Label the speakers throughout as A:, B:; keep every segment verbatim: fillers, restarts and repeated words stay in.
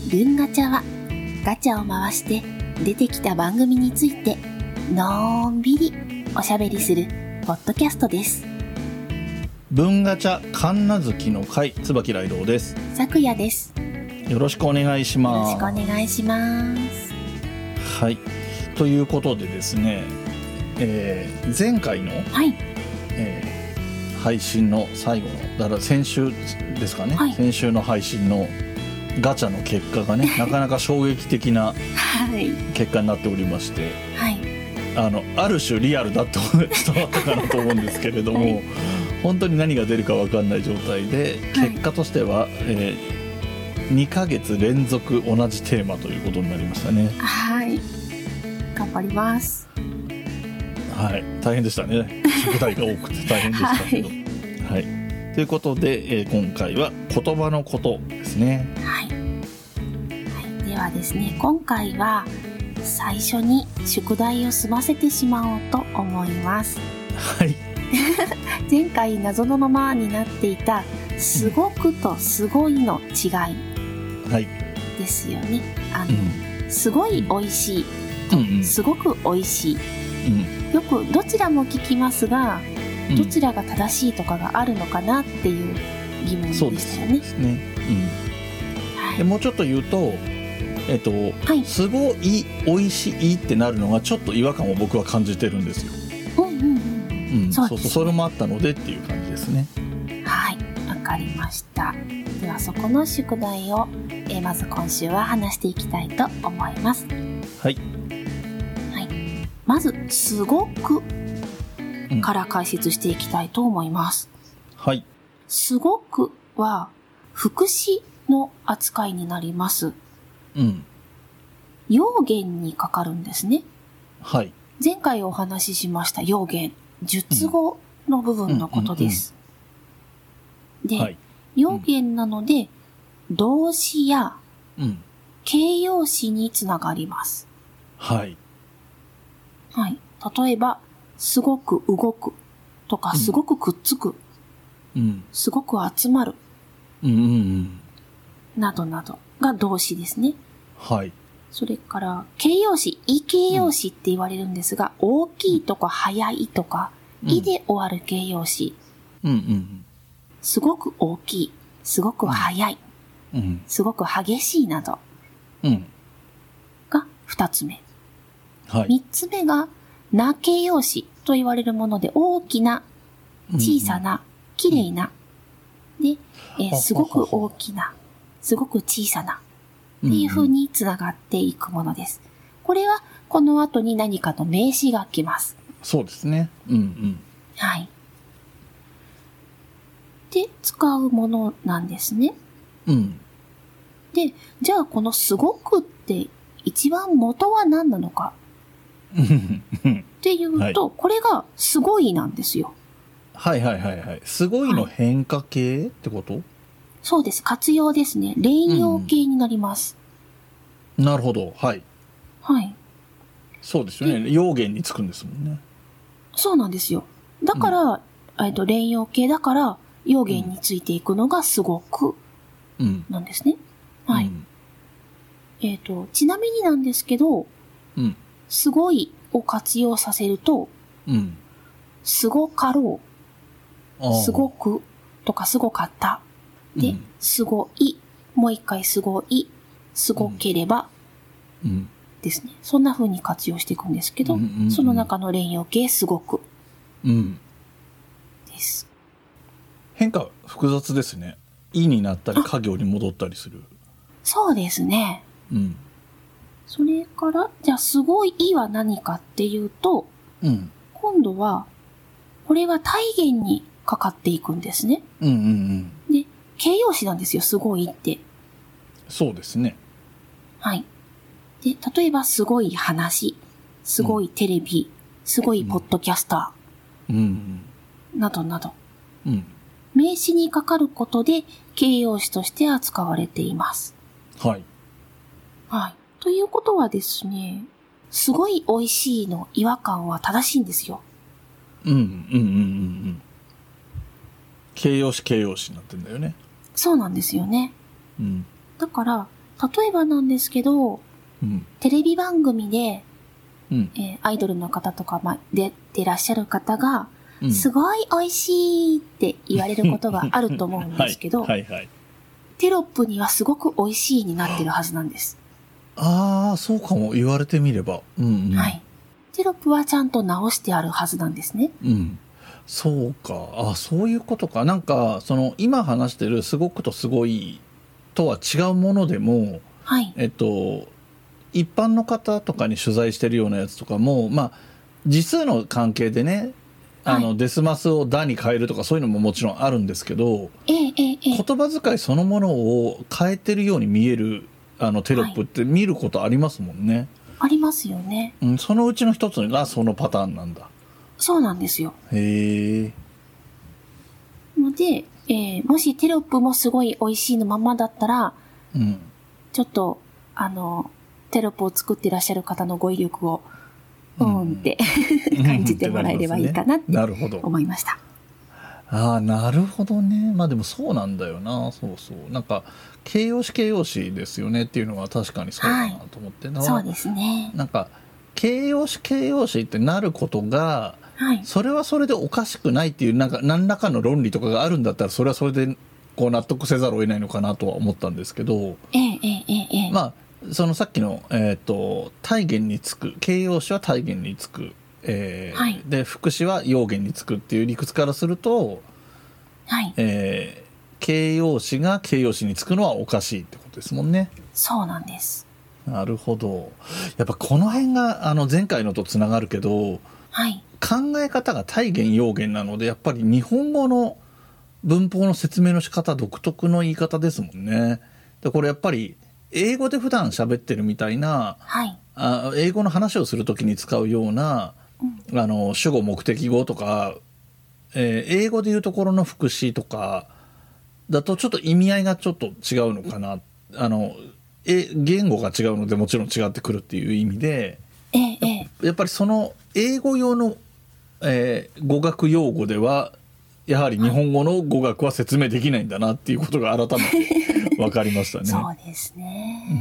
A: 文ガチャはガチャを回して出てきた番組についてのんびりおしゃべりするポッドキャストです。
B: 文ガチャ神奈月の会、椿雷堂です。
A: 昨夜です。
B: よろしくお願いします。
A: よろしくお願いします。
B: はい、ということでですね、えー、前回の、
A: はい
B: えー、配信の最後のだから先週ですかね、
A: はい、
B: 先週の配信のガチャの結果がねなかなか衝撃的な結果になっておりまして、
A: はい、
B: あのある種リアルだと伝わったかなと思うんですけれども、はい、本当に何が出るか分かんない状態で、結果としては、えー、にかげつ連続同じテーマということになりましたね。
A: はい、頑張ります。
B: はい、大変でしたね。宿題が多くて大変でしたけど、はいはい、ということで、えー、今回は言葉のことですね。
A: はい、はい、ではですね、今回は最初に宿題を済ませてしまおうと思います。
B: はい
A: 前回謎のままになっていたすごくとすごいの違いですよね。あの、うん、すごい美味しいとすごく美味しい、うん、よくどちらも聞きますが、うん、どちらが正しいとかがあるのかなっていう疑問でしたよね。
B: そうですね、うん、はい、でもうちょっと言うと、えっとはい、すごい美味しいってなるのがちょっと違和感を僕は感じてるんですよ。うん、そうそう、それもあったのでっていう感じですね。
A: はい、わかりました。ではそこの宿題を、えー、まず今週は話していきたいと思います。
B: はい、
A: はい、まずすごくから解説していきたいと思います。
B: うん、はい。
A: すごくは副詞の扱いになります。
B: うん。
A: 用言にかかるんですね。
B: はい。
A: 前回お話ししました用言、述語の部分のことです。うんうんうんうん、で、はい、用言なので、動詞や形容詞につながります。
B: はい。
A: はい。例えば、すごく動くとか、すごくくっつく、うん、すごく集まる、
B: うんうんうん、な
A: どなどが動詞ですね。
B: はい。
A: それから、形容詞、い形容詞って言われるんですが、うん、大きいとか速いとか、うん、いで終わる形容詞、
B: うんうん、
A: すごく大きい、すごく速い、うん、すごく激しいなどが二つ目。はい、三つ目が、な形容詞と言われるもので、大きな、小さな、綺麗な、で、えー、すごく大きな、すごく小さな、っていう風につながっていくものです。これはこの後に何かの名詞が来ます。
B: そうですね。うんうん。
A: はい。で、使うものなんですね。
B: うん。
A: で、じゃあこのすごくって一番元は何なのかっていうと、はい、これがすごいなんですよ。
B: はいはいはいはい。すごいの変化形ってこと？はい、
A: そうです。活用ですね。連用形になります。
B: うん、なるほど。はい。
A: はい。
B: そうですよね。用言につくんですもんね。
A: そうなんですよ。だから、うん、えっと、連用形だから、用言についていくのがすごく、なんですね。うん、はい。うん、えっと、ちなみになんですけど、うん、すごいを活用させると、うん、すごかろう、すごくとかすごかった。で、うん、すごい、もう一回すごい、すごければ、うん、ですね。そんな風に活用していくんですけど、うんうんうん、その中の連用形すごく、うん、です。
B: 変化複雑ですね。いになったり家行に戻ったりする。
A: そうですね。うん。それから、じゃあすごいいは何かっていうと、うん、今度は、これは体言にかかっていくんですね。うんうんうん。で、形容詞なんですよ、すごいって。
B: そうですね。
A: はい。で、例えばすごい話、すごいテレビ、うん、すごいポッドキャスター、うんうん、などなど、うん、名詞にかかることで形容詞として扱われています。
B: はい。
A: はい。ということはですね、すごい美味しいの違和感は正しいんですよ。
B: うんうんうんうんうん。形容詞形容詞になってんだよね。
A: そうなんですよね。
B: うん。
A: だから、 例えばなんですけど、うん、テレビ番組で、うんえー、アイドルの方とか、まあ、出てらっしゃる方が、うん、すごい美味しいって言われることがあると思うんですけど、はいはいはい、テロップにはすごく美味しいになってるはずなんです。
B: ああ、そうかも、言われてみれば。うんうん、はい。
A: テロップはちゃんと直してあるはずなんですね。
B: うん。そうか。あ、そういうことか。なんか、その、今話してるすごくとすごいとは違うものでも、はい。えっと、一般の方とかに取材してるようなやつとかも、まあ、字数の関係でね、あの、はい、デスマスをダに変えるとかそういうのももちろんあるんですけど、
A: ええええ、
B: 言葉遣いそのものを変えてるように見えるあのテロップって見ることありますもんね。
A: はい、ありますよね。
B: うん、そのうちの一つがそのパターンなんだ。
A: そうなんですよ。
B: へえ。
A: ので、えー、もしテロップもすごい美味しいのままだったら、うん、ちょっとあのテロップを作っていらっしゃる方の語彙力をうんって感じてもらえればいいかなって思いました。
B: ああ、なるほどね。まあでもそうなんだよな。そうそう。なんか形容詞形容詞ですよねっていうのは確かにそうだなと思って、はい、
A: そうですね。
B: なんか形容詞形容詞ってなることが、はい、それはそれでおかしくないっていうなんか何らかの論理とかがあるんだったらそれはそれでこう納得せざるを得ないのかなとは思ったんですけど、
A: ええええええ、
B: まあそのさっきの、えーと、体言につく形容詞は体言につく、えーはい、で副詞は用言につくっていう理屈からすると、はいえー、形容詞が形容詞につくのはおかしいってことですもんね。
A: そうなんです。
B: なるほど。やっぱこの辺があの前回のとつながるけど、はい、考え方が体言用言なのでやっぱり日本語の文法の説明の仕方独特の言い方ですもんね。でこれやっぱり英語で普段喋ってるみたいな、はい、あ英語の話をするときに使うような、うん、あの主語目的語とか、えー、英語でいうところの副詞とかだとちょっと意味合いがちょっと違うのかな。あのえ言語が違うのでもちろん違ってくるっていう意味で、
A: ええ、
B: やっぱりその英語用の、えー、語学用語ではやはり日本語の語学は説明できないんだなっていうことが改めて分かりましたね。
A: そうですね、うん、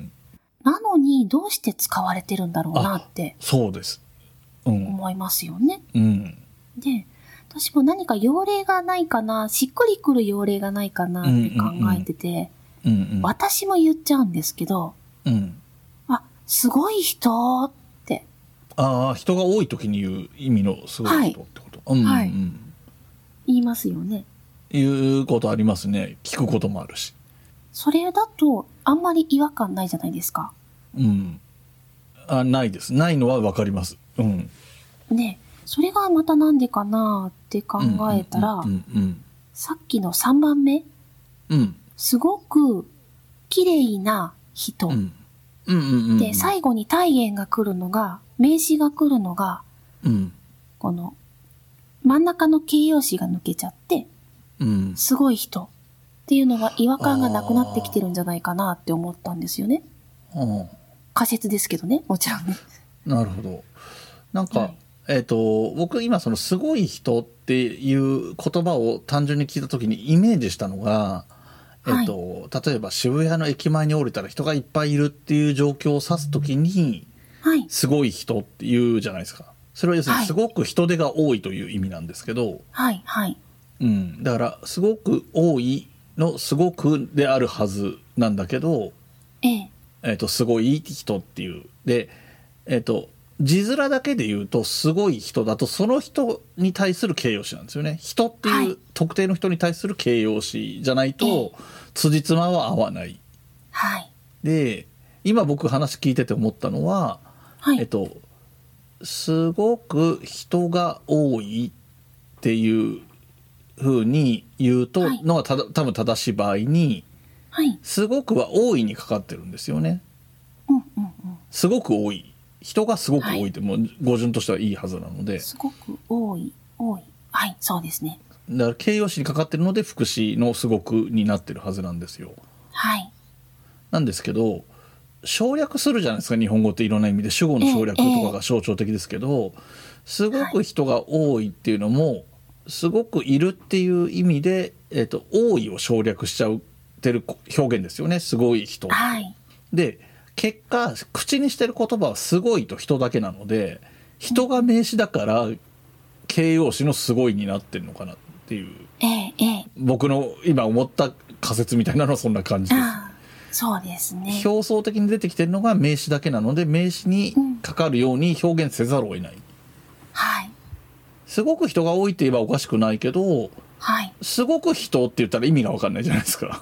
A: なのにどうして使われてるんだろうなって
B: そうです、
A: うん、思いますよね、
B: うん、
A: で私も何か用例がないかなしっくりくる用例がないかなって考えてて、うんうんうん、私も言っちゃうんですけど、うん、あすごい人って
B: ああ人が多い時に言う意味のすごい人ってこと、はい、うんうん、はい
A: 言いますよね。
B: 言うことありますね。聞くこともあるし。
A: それだとあんまり違和感ないじゃないですか。
B: うん。あ、ないです。ないのはわかります。うん。
A: ね、それがまたなんでかなって考えたら、さっきのさんばんめ、うん、すごく綺麗な人、うんうんうんうん、で最後に体言が来るのが名詞が来るのが、うん、この真ん中の形容詞が抜けちゃって、うん、すごい人っていうのが違和感がなくなってきてるんじゃないかなって思ったんですよね。仮説ですけどね、もちろんね。
B: なるほど。なんか、はい、えっと、僕今そのすごい人っていう言葉を単純に聞いたときにイメージしたのが、えっと、はい、例えば渋谷の駅前に降りたら人がいっぱいいるっていう状況を指すときに、はい、すごい人って言うじゃないですか。それは要するにすごく人手が多いという意味なんですけど、
A: はいはい
B: うん、だからすごく多いのすごくであるはずなんだけど、
A: ええ
B: えーと、すごい人っていうで、えーと、字面だけで言うとすごい人だとその人に対する形容詞なんですよね。人っていう特定の人に対する形容詞じゃないと辻褄は合わない、
A: はい、
B: で今僕話聞いてて思ったのは、はい、えっとすごく人が多いっていう風に言うとのがただ多分正しい場合に、はい、すごくは多いにかかってるんですよね、
A: うんうんうん、
B: すごく多い人がすごく多いってもう語順としてはいいはずなので、
A: すごく多い多いはいそうですね。
B: だから形容詞にかかってるので副詞のすごくになってるはずなんですよ。
A: はい
B: なんですけど省略するじゃないですか日本語っていろんな意味で主語の省略とかが象徴的ですけど、ええ、すごく人が多いっていうのも、はい、すごくいるっていう意味で、えーと、多いを省略しちゃうてる表現ですよね。すごい人、
A: はい、
B: で結果口にしてる言葉はすごいと人だけなので、人が名詞だから形容詞のすごいになってるのかなっていう、
A: ええええ、
B: 僕の今思った仮説みたいなのはそんな感じです。
A: あ、そうですね。
B: 表層的に出てきてるのが名詞だけなので、名詞にかかるように表現せざるを得ない、うん、
A: はい。
B: すごく人が多いって言えばおかしくないけど、
A: はい、
B: すごく人って言ったら意味が分かんないじゃないですか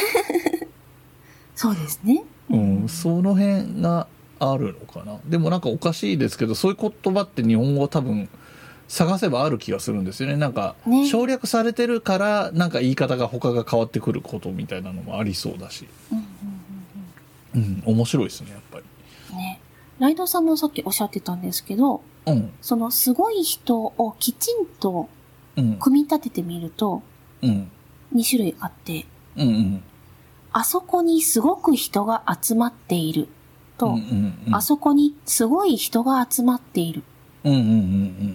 A: そうですね、
B: うん、その辺があるのかな。でもなんかおかしいですけど、そういう言葉って日本語は多分探せばある気がするんですよね。なんか省略されてるからなんか言い方が他が変わってくることみたいなのもありそうだし、うんうんうんうん、面白いですねやっぱり
A: ね。ライドさんもさっきおっしゃってたんですけど、うん、そのすごい人をきちんと組み立ててみると、うん、に種類あって、うんうん、あそこにすごく人が集まっていると、うんうんうん、あそこにすごい人が集まっている、うんうんうんうん、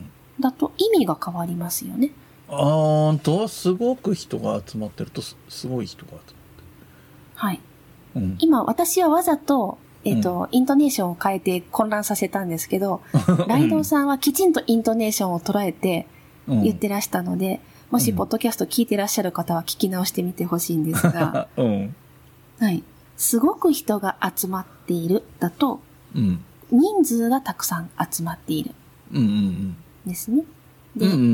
A: だと意味が変わりますよね。
B: あーとすごく人が集まってると す, すごい人が集まってる、
A: はい、うん、今私はわざとえっと、うん、イントネーションを変えて混乱させたんですけど、ライドウさんはきちんとイントネーションを捉えて言ってらしたので、うん、もしポッドキャスト聞いてらっしゃる方は聞き直してみてほしいんですが、うん、はい、すごく人が集まっているだと、うん、人数がたくさん集まっている、うんうんうん、ですね。で、うんうんうん、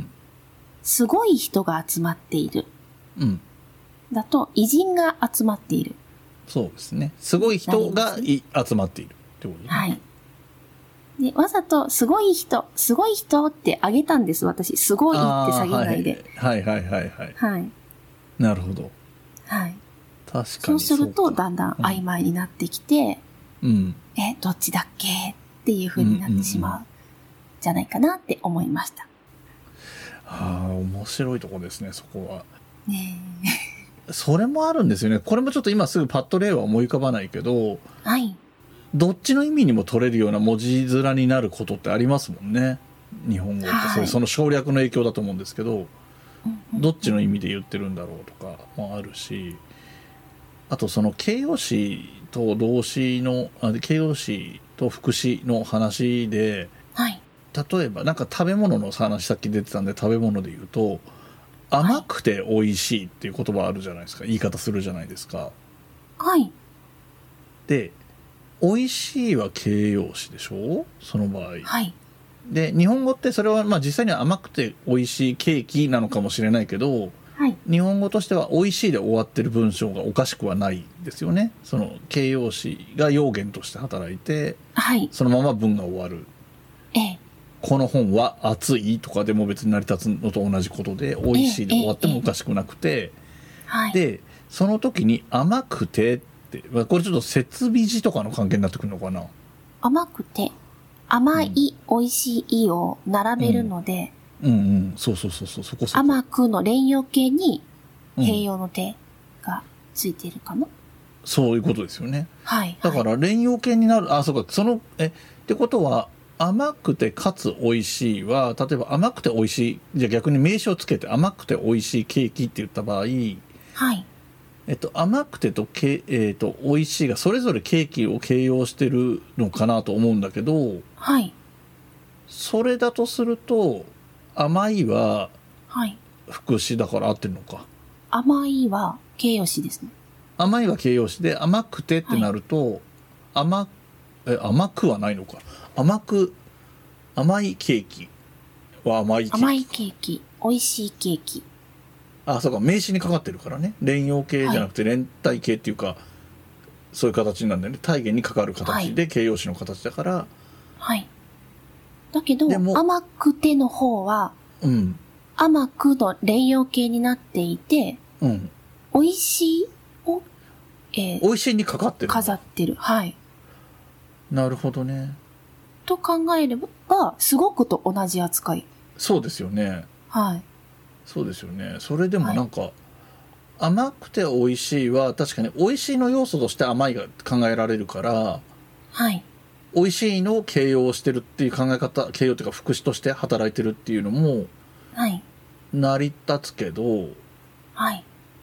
A: すごい人が集まっている、うん、だと偉人が集まっている。
B: そうですね。すごい人がい集まっているってことね。
A: はい。で、わざとすごい人、すごい人ってあげたんです、私。すごいって下げないで。
B: はいはいはいはい。はい。なるほど。
A: はい。
B: 確かに
A: そうするとだんだん曖昧になってきて、うん、え、どっちだっけっていう風になってしまう、じゃないかなって思いました。
B: はあ、面白いとこですね、そこは。
A: ねえ。
B: それもあるんですよね。これもちょっと今すぐパッと例は思い浮かばないけど、はい、どっちの意味にも取れるような文字面になることってありますもんね、日本語って。はい、それその省略の影響だと思うんですけど、うんうん、どっちの意味で言ってるんだろうとかもあるし、あとその形容詞と動詞のあ形容詞と副詞の話で、はい、例えばなんか食べ物の話さっき出てたんで、食べ物で言うと甘くて美味しいっていう言葉あるじゃないですか。言い方するじゃないですか。
A: はい。
B: で、美味しいは形容詞でしょ、その場合。
A: はい。
B: で、日本語ってそれはまあ実際には甘くて美味しいケーキなのかもしれないけど、はい、日本語としては美味しいで終わってる文章がおかしくはないですよね。その形容詞が要言として働いて、はい、そのまま文が終わる。ええ。この本は熱いとかでも別に成り立つのと同じことで、美味しいで終わってもおかしくなくて、でその時に甘くてって、これちょっと設備字とかの関係になってくるのかな。
A: 甘くて甘い、うん、美味しいを並べるので、
B: うん、うんうんそうそうそうそうそこそこ
A: 甘くの連用形に併用の手がついているかな、うん、
B: そういうことですよね。
A: はい、
B: だから連用形になる、あ、そうか、そのえってことは甘くてかつ美味しいは、例えば甘くて美味しい、じゃあ逆に名詞をつけて甘くて美味しいケーキって言った場合、はい、えっと、甘くてとけ、えっと、美味しいがそれぞれケーキを形容してるのかなと思うんだけど、はい、それだとすると甘いは副詞だから合ってるのか、はい、
A: 甘いは形容詞ですね。
B: 甘いは形容詞で、甘くてってなると、はい、甘え甘くはないのか。甘く甘いケーキは甘いケーキ、
A: 甘いケーキ、美味しいケーキ。
B: あ、そうか、名詞にかかってるからね。連用形じゃなくて連体形っていうか、はい、そういう形なんだよね。体言にかかる形で形容詞の形だから。はい。
A: だけど甘くての方は、うん、甘くの連用形になっていて、うん、美味しいを、
B: えー、美味しいにかかってる。
A: 飾ってる。はい。
B: なるほどね。
A: と考えればすごくと同じ扱い。
B: そうですよね。
A: はい。
B: そうですよね。それでもなんか、はい、甘くて美味しいは確かに美味しいの要素として甘いが考えられるから、はい。美味しいのを形容してるっていう考え方、形容というか副詞として働いてるっていうのも、はい。成り立つけど、はい。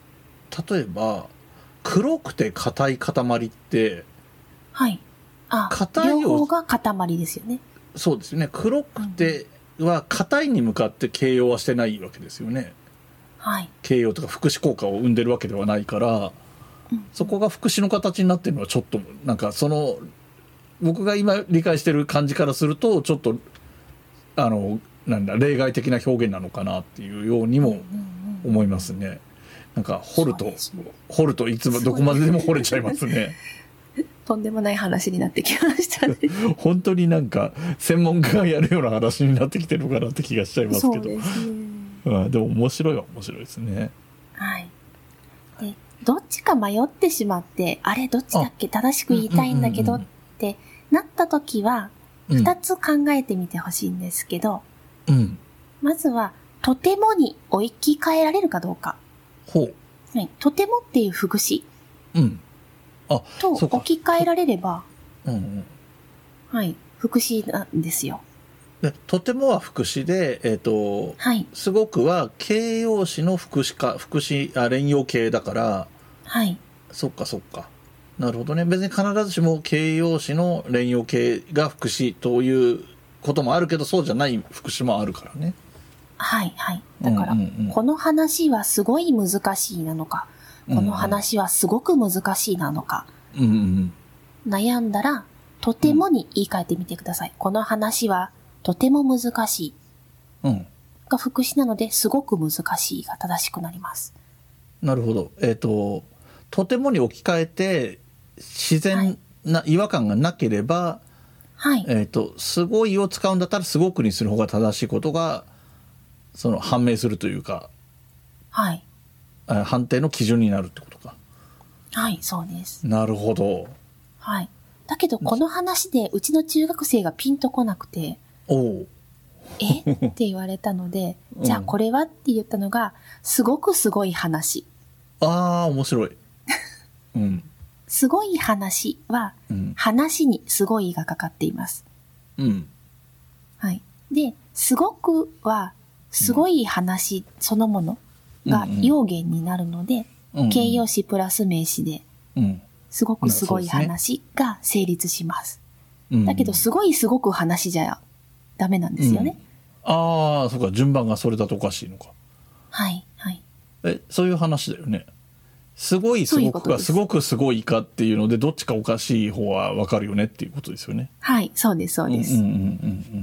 B: 例えば黒くて硬い塊って、
A: はい。あ、硬い両方が塊ですよね。
B: そうですよね。黒くては硬いに向かって形容はしてないわけですよね。
A: はい。
B: 形容とか副詞効果を生んでるわけではないから、うん、そこが副詞の形になってるのはちょっとなんかその僕が今理解してる感じからするとちょっとあのなんだ例外的な表現なのかなっていうようにも思いますね。なんか掘ると、ね、掘るといつもどこまででも掘れちゃいますね。
A: とんでもない話になってきましたね。
B: 本当になんか専門家がやるような話になってきてるのかなって気がしちゃいますけど。
A: そうですね。
B: うん、でも面白いは面白いですね。
A: はい。で、どっちか迷ってしまって、あれどっちだっけ正しく言いたいんだけどってなった時は、二つ考えてみてほしいんですけど、
B: うん、
A: まずは、とてもに置き換えられるかどうか。
B: ほう。
A: はい。とてもっていう副詞。
B: うん。あ、
A: と置き換えられれば、
B: うんうん、
A: はい。副詞なんですよ。
B: でとてもは副詞で、えっ、ー、と、
A: はい、
B: すごくは形容詞の副詞か、副詞、あ、連用形だから、
A: はい。
B: そっかそっか。なるほどね。別に必ずしも形容詞の連用形が副詞ということもあるけど、そうじゃない副詞もあるからね。
A: はいはい。だから、うんうんうん、この話はすごい難しいなのか、この話はすごく難しいなのか、
B: うんうん、
A: 悩んだら、とてもに言い換えてみてください。うん、この話はとても難しい。
B: うん。
A: が副詞なので、すごく難しいが正しくなります。
B: なるほど。えっ、ー、と、とてもに置き換えて、自然な違和感がなければ、
A: はい。
B: えっ、ー、と、すごいを使うんだったら、すごくにする方が正しいことが、その判明するというか、
A: はい。
B: 判定の基準になるってことか。
A: はい、そうです。
B: なるほど。
A: はい。だけど、この話で、うちの中学生がピンとこなくて、
B: おう。
A: えって言われたので、じゃあこれはって言ったのが、すごくすごい話。
B: ああ、面白い。うん。
A: すごい話は、うん、話にすごいがかかっています。
B: うん。
A: はい。で、すごくは、すごい話そのものが用言になるので、うんうん、形容詞プラス名詞で、うん、すごくすごい話が成立します。うん、だけど、すごいすごく話じゃダメなんですよね。
B: うん、ああ、そうか、順番がそれだとおかしいのか。
A: はい、はい。
B: え、そういう話だよね。すごいすごくがすごくすごいかっていうので、どっちかおかしい方はわかるよねっていうことですよね。
A: はい、そうです、そうです。
B: うんうんうんうん。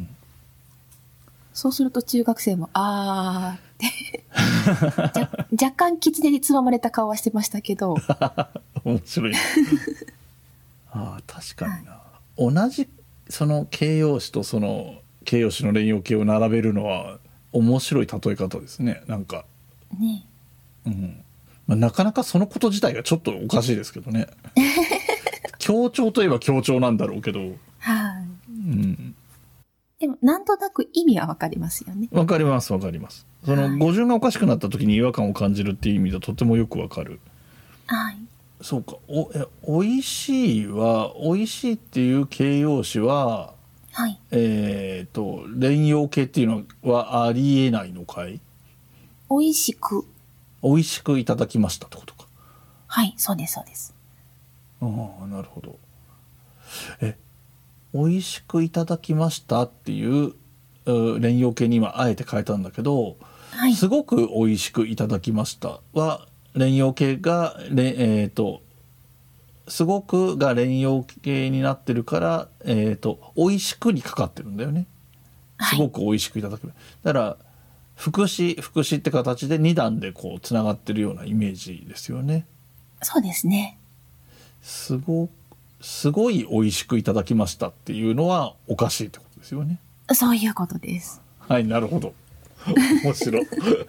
A: そうすると中学生も、あーって若干キツネにつままれた顔はしてましたけど。
B: 面白い。ああ、確かにな。はい、同じ、その形容詞とその形容詞の連用形を並べるのは面白い例え方ですね。なんか。
A: ね。
B: うん。まあ、なかなかそのこと自体がちょっとおかしいですけどね。強調といえば強調なんだろうけど。
A: はい、
B: うん。
A: でも、なんとなく意味はわかりますよね。
B: わかります、わかります。その、語順がおかしくなった時に違和感を感じるっていう意味ではとてもよくわかる。
A: はい。
B: そうか。お、え、おいしいは、おいしいっていう形容詞は、
A: はい。
B: えっと、連用形っていうのはありえないのかい？
A: おいしく。
B: おいしくいただきましたってことか。
A: はい、そうです、そうです。
B: ああ、なるほど。え、美味しくいただきましたっていう連用形に今あえて変えたんだけど、はい、すごく美味しくいただきましたは連用形が、えーと、すごくが連用形になってるから、えーと、美味しくにかかってるんだよね。すごく美味しくいただく。はい、だから副詞副詞って形でに段でこうつながってるようなイメージですよね。
A: そうですね。
B: すごくすごい美味しくいただきましたっていうのはおかしいってことですよね。
A: そういうことです。
B: はい、なるほど。面白い。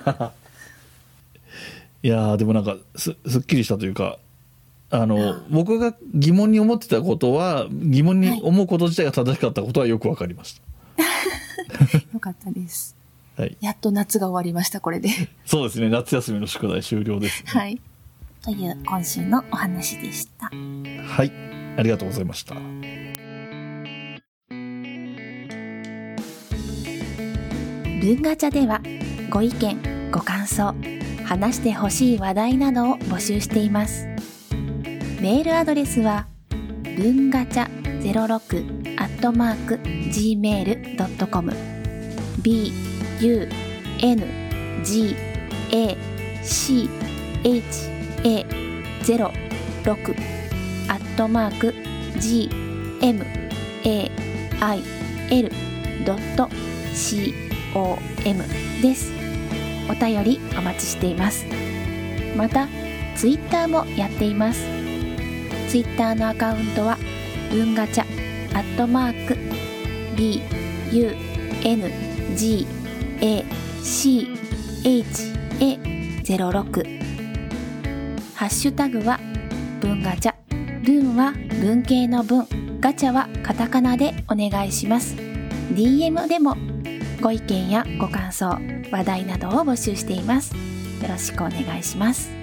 B: いやーでもなんか す, すっきりしたというか、あの僕が疑問に思ってたことは疑問に思うこと自体が正しかったことはよくわかりました。
A: はい、よかったです。はい。やっと夏が終わりましたこれで。
B: そうですね。夏休みの宿題終了です、ね。
A: はい。という今週のお話でした。
B: はい。ありがとうございました。
A: 文ガチャではご意見、ご感想、 話してほしい話題などを募集しています。メールアドレスは文ガチャゼロろくアットマーク ジーメールドットコム b u n g a c h a ゼロろくアットマーク g m a i l ドット com です。お便りお待ちしています。またツイッターもやっています。ツイッターのアカウントは文ガチャアットマーク b u n g a c h a ゼロろく、ハッシュタグは文ガチャ、文は文系の文、ガチャはカタカナでお願いします。 ディーエム でもご意見やご感想、話題などを募集しています。よろしくお願いします。